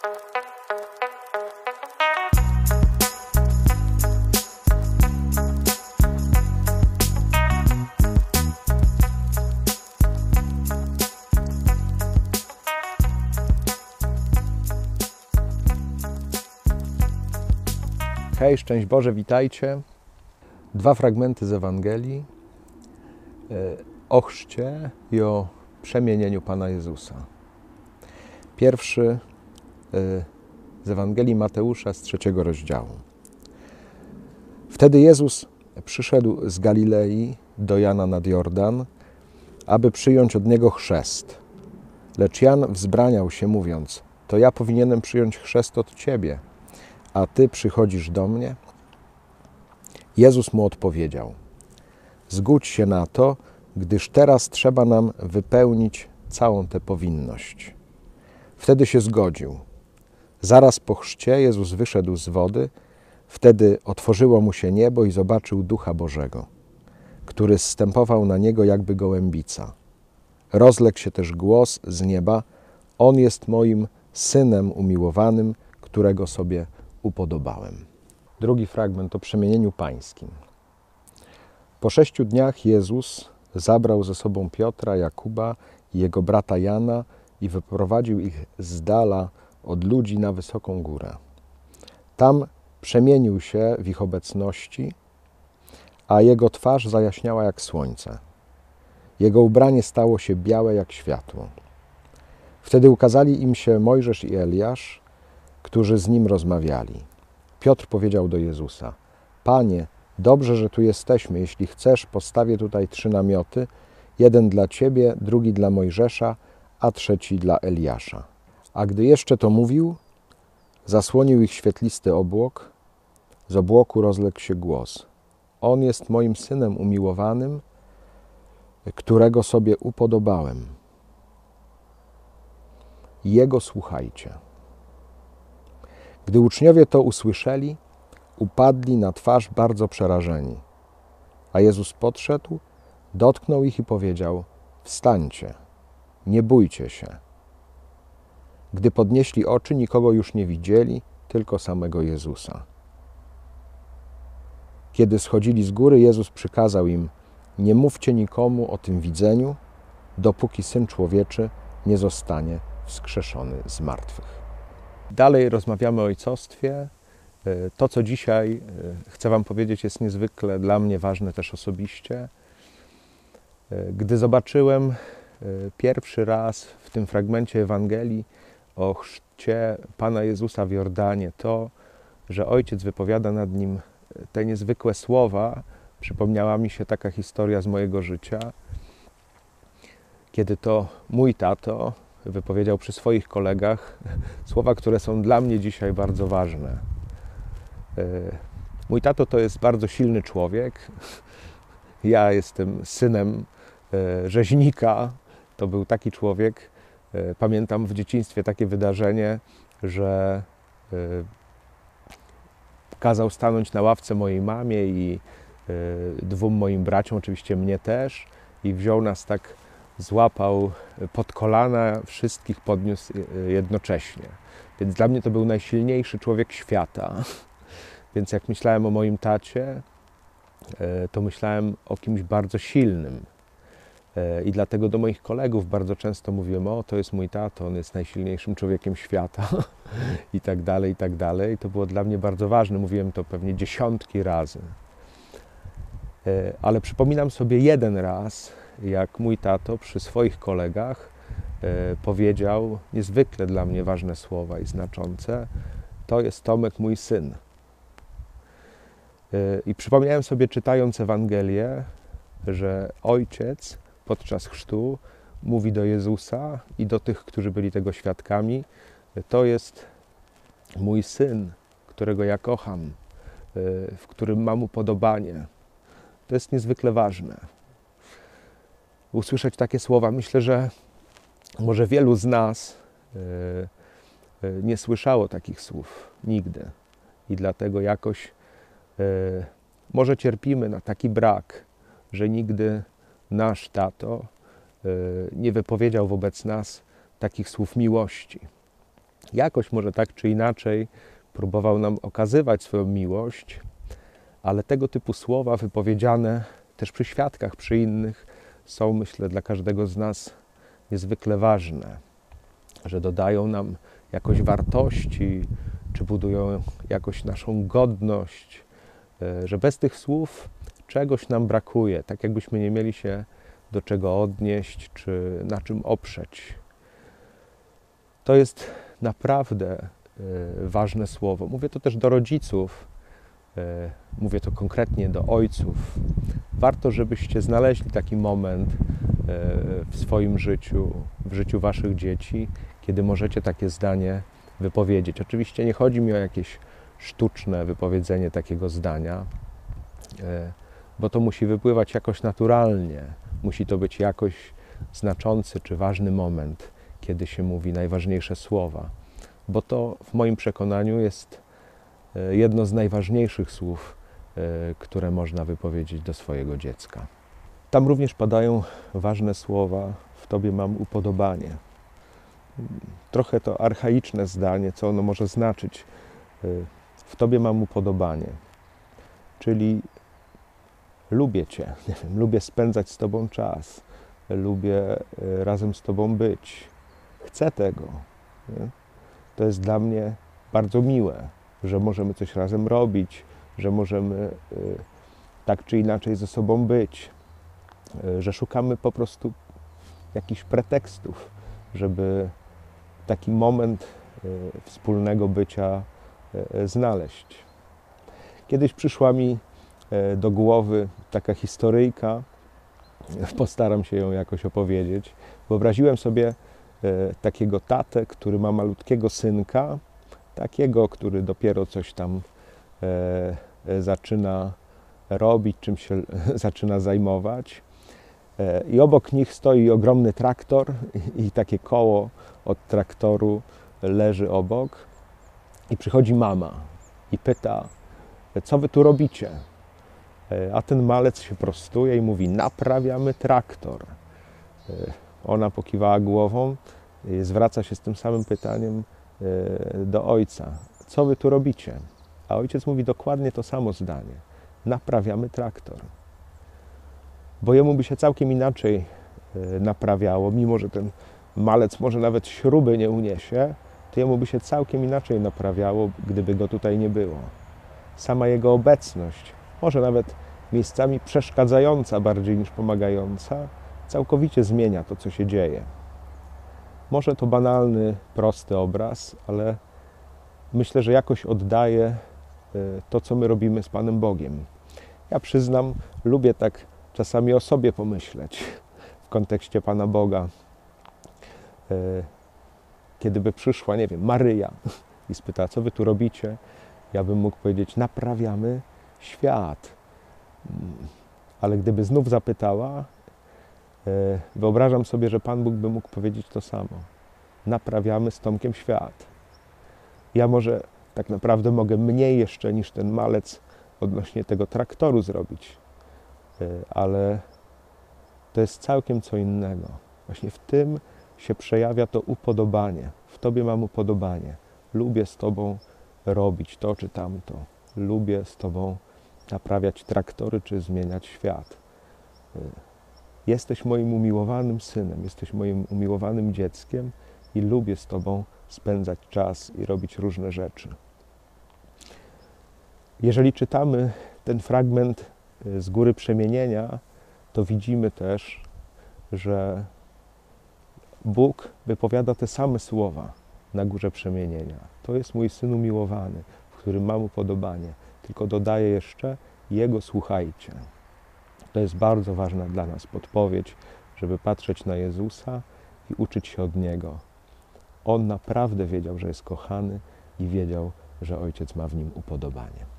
Hej, szczęść Boże, witajcie. 2 fragmenty z Ewangelii o chrzcie i o przemienieniu Pana Jezusa. Pierwszy z Ewangelii Mateusza z 3 rozdziału. Wtedy Jezus przyszedł z Galilei do Jana nad Jordan, aby przyjąć od Niego chrzest. Lecz Jan wzbraniał się, mówiąc: to ja powinienem przyjąć chrzest od Ciebie, a Ty przychodzisz do mnie? Jezus mu odpowiedział: zgódź się na to, gdyż teraz trzeba nam wypełnić całą tę powinność. Wtedy się zgodził. Zaraz po chrzcie Jezus wyszedł z wody, wtedy otworzyło mu się niebo i zobaczył Ducha Bożego, który zstępował na niego jakby gołębica. Rozległ się też głos z nieba: On jest moim Synem umiłowanym, którego sobie upodobałem. Drugi fragment o przemienieniu pańskim. Po 6 dniach Jezus zabrał ze sobą Piotra, Jakuba i jego brata Jana i wyprowadził ich z dala od ludzi na wysoką górę. Tam przemienił się w ich obecności, a jego twarz zajaśniała jak słońce. Jego ubranie stało się białe jak światło. Wtedy ukazali im się Mojżesz i Eliasz, którzy z nim rozmawiali. Piotr powiedział do Jezusa: Panie, dobrze, że tu jesteśmy. Jeśli chcesz, postawię tutaj 3 namioty, jeden dla Ciebie, drugi dla Mojżesza, a trzeci dla Eliasza. A gdy jeszcze to mówił, zasłonił ich świetlisty obłok. Z obłoku rozległ się głos: On jest moim Synem umiłowanym, którego sobie upodobałem. Jego słuchajcie. Gdy uczniowie to usłyszeli, upadli na twarz bardzo przerażeni. A Jezus podszedł, dotknął ich i powiedział: wstańcie, nie bójcie się. Gdy podnieśli oczy, nikogo już nie widzieli, tylko samego Jezusa. Kiedy schodzili z góry, Jezus przykazał im: nie mówcie nikomu o tym widzeniu, dopóki Syn Człowieczy nie zostanie wskrzeszony z martwych. Dalej rozmawiamy o ojcostwie. To, co dzisiaj chcę Wam powiedzieć, jest niezwykle dla mnie ważne też osobiście. Gdy zobaczyłem pierwszy raz w tym fragmencie Ewangelii o chrzcie Pana Jezusa w Jordanie to, że Ojciec wypowiada nad Nim te niezwykłe słowa, przypomniała mi się taka historia z mojego życia, kiedy to mój tato wypowiedział przy swoich kolegach słowa, które są dla mnie dzisiaj bardzo ważne. Mój tato to jest bardzo silny człowiek. Ja jestem synem rzeźnika. To był taki człowiek. Pamiętam w dzieciństwie takie wydarzenie, że kazał stanąć na ławce mojej mamie i 2 moim braciom, oczywiście mnie też, i wziął nas tak, złapał pod kolana, wszystkich podniósł jednocześnie. Więc dla mnie to był najsilniejszy człowiek świata. Więc jak myślałem o moim tacie, to myślałem o kimś bardzo silnym. I dlatego do moich kolegów bardzo często mówiłem: o, to jest mój tato, on jest najsilniejszym człowiekiem świata. I tak dalej, i tak dalej. I to było dla mnie bardzo ważne. Mówiłem to pewnie dziesiątki razy. Ale przypominam sobie jeden raz, jak mój tato przy swoich kolegach powiedział niezwykle dla mnie ważne słowa i znaczące: to jest Tomek, mój syn. I przypomniałem sobie, czytając Ewangelię, że Ojciec podczas chrztu mówi do Jezusa i do tych, którzy byli tego świadkami: to jest mój Syn, którego ja kocham, w którym mam upodobanie. To jest niezwykle ważne. Usłyszeć takie słowa. Myślę, że może wielu z nas nie słyszało takich słów nigdy. I dlatego jakoś może cierpimy na taki brak, że nigdy nasz tato nie wypowiedział wobec nas takich słów miłości. jakoś może tak czy inaczej próbował nam okazywać swoją miłość, ale tego typu słowa wypowiedziane też przy świadkach, przy innych są, myślę, dla każdego z nas niezwykle ważne, że dodają nam jakoś wartości, czy budują jakoś naszą godność, że bez tych słów czegoś nam brakuje, tak jakbyśmy nie mieli się do czego odnieść, czy na czym oprzeć. To jest naprawdę ważne słowo. Mówię to też do rodziców, mówię to konkretnie do ojców. Warto, żebyście znaleźli taki moment w swoim życiu, w życiu waszych dzieci, kiedy możecie takie zdanie wypowiedzieć. Oczywiście nie chodzi mi o jakieś sztuczne wypowiedzenie takiego zdania, bo to musi wypływać jakoś naturalnie. Musi to być jakoś znaczący czy ważny moment, kiedy się mówi najważniejsze słowa. Bo to w moim przekonaniu jest jedno z najważniejszych słów, które można wypowiedzieć do swojego dziecka. Tam również padają ważne słowa: w Tobie mam upodobanie. Trochę to archaiczne zdanie, co ono może znaczyć. W Tobie mam upodobanie, czyli lubię Cię, nie wiem, lubię spędzać z Tobą czas, lubię razem z Tobą być, chcę tego. Nie? To jest dla mnie bardzo miłe, że możemy coś razem robić, że możemy tak czy inaczej ze sobą być, że szukamy po prostu jakichś pretekstów, żeby taki moment wspólnego bycia znaleźć. Kiedyś przyszła mi do głowy taka historyjka, postaram się ją jakoś opowiedzieć. Wyobraziłem sobie takiego tatę, który ma malutkiego synka, takiego, który dopiero coś tam zaczyna robić, czym się zaczyna zajmować. I obok nich stoi ogromny traktor i takie koło od traktoru leży obok. I przychodzi mama i pyta: co wy tu robicie? A ten malec się prostuje i mówi: naprawiamy traktor. Ona pokiwała głową, zwraca się z tym samym pytaniem do ojca: co wy tu robicie? A ojciec mówi dokładnie to samo zdanie: naprawiamy traktor. Bo jemu by się całkiem inaczej naprawiało, mimo że ten malec może nawet śruby nie uniesie, to jemu by się całkiem inaczej naprawiało, gdyby go tutaj nie było. Sama jego obecność, może nawet miejscami przeszkadzająca bardziej niż pomagająca, całkowicie zmienia to, co się dzieje. Może to banalny, prosty obraz, ale myślę, że jakoś oddaje to, co my robimy z Panem Bogiem. Ja przyznam, lubię tak czasami o sobie pomyśleć w kontekście Pana Boga. Kiedy by przyszła, nie wiem, Maryja i spytała: co wy tu robicie? Ja bym mógł powiedzieć: naprawiamy świat. Ale gdyby znów zapytała, wyobrażam sobie, że Pan Bóg by mógł powiedzieć to samo: naprawiamy z Tomkiem świat. Ja może tak naprawdę mogę mniej jeszcze niż ten malec odnośnie tego traktoru zrobić, ale to jest całkiem co innego. Właśnie w tym się przejawia to upodobanie. W Tobie mam upodobanie. Lubię z Tobą robić to czy tamto. Lubię z Tobą naprawiać traktory czy zmieniać świat. Jesteś moim umiłowanym synem, jesteś moim umiłowanym dzieckiem i lubię z Tobą spędzać czas i robić różne rzeczy. Jeżeli czytamy ten fragment z Góry Przemienienia, to widzimy też, że Bóg wypowiada te same słowa na Górze Przemienienia. To jest mój Syn umiłowany, w którym mam upodobanie. Tylko dodaje jeszcze: Jego słuchajcie. To jest bardzo ważna dla nas podpowiedź, żeby patrzeć na Jezusa i uczyć się od Niego. On naprawdę wiedział, że jest kochany i wiedział, że Ojciec ma w Nim upodobanie.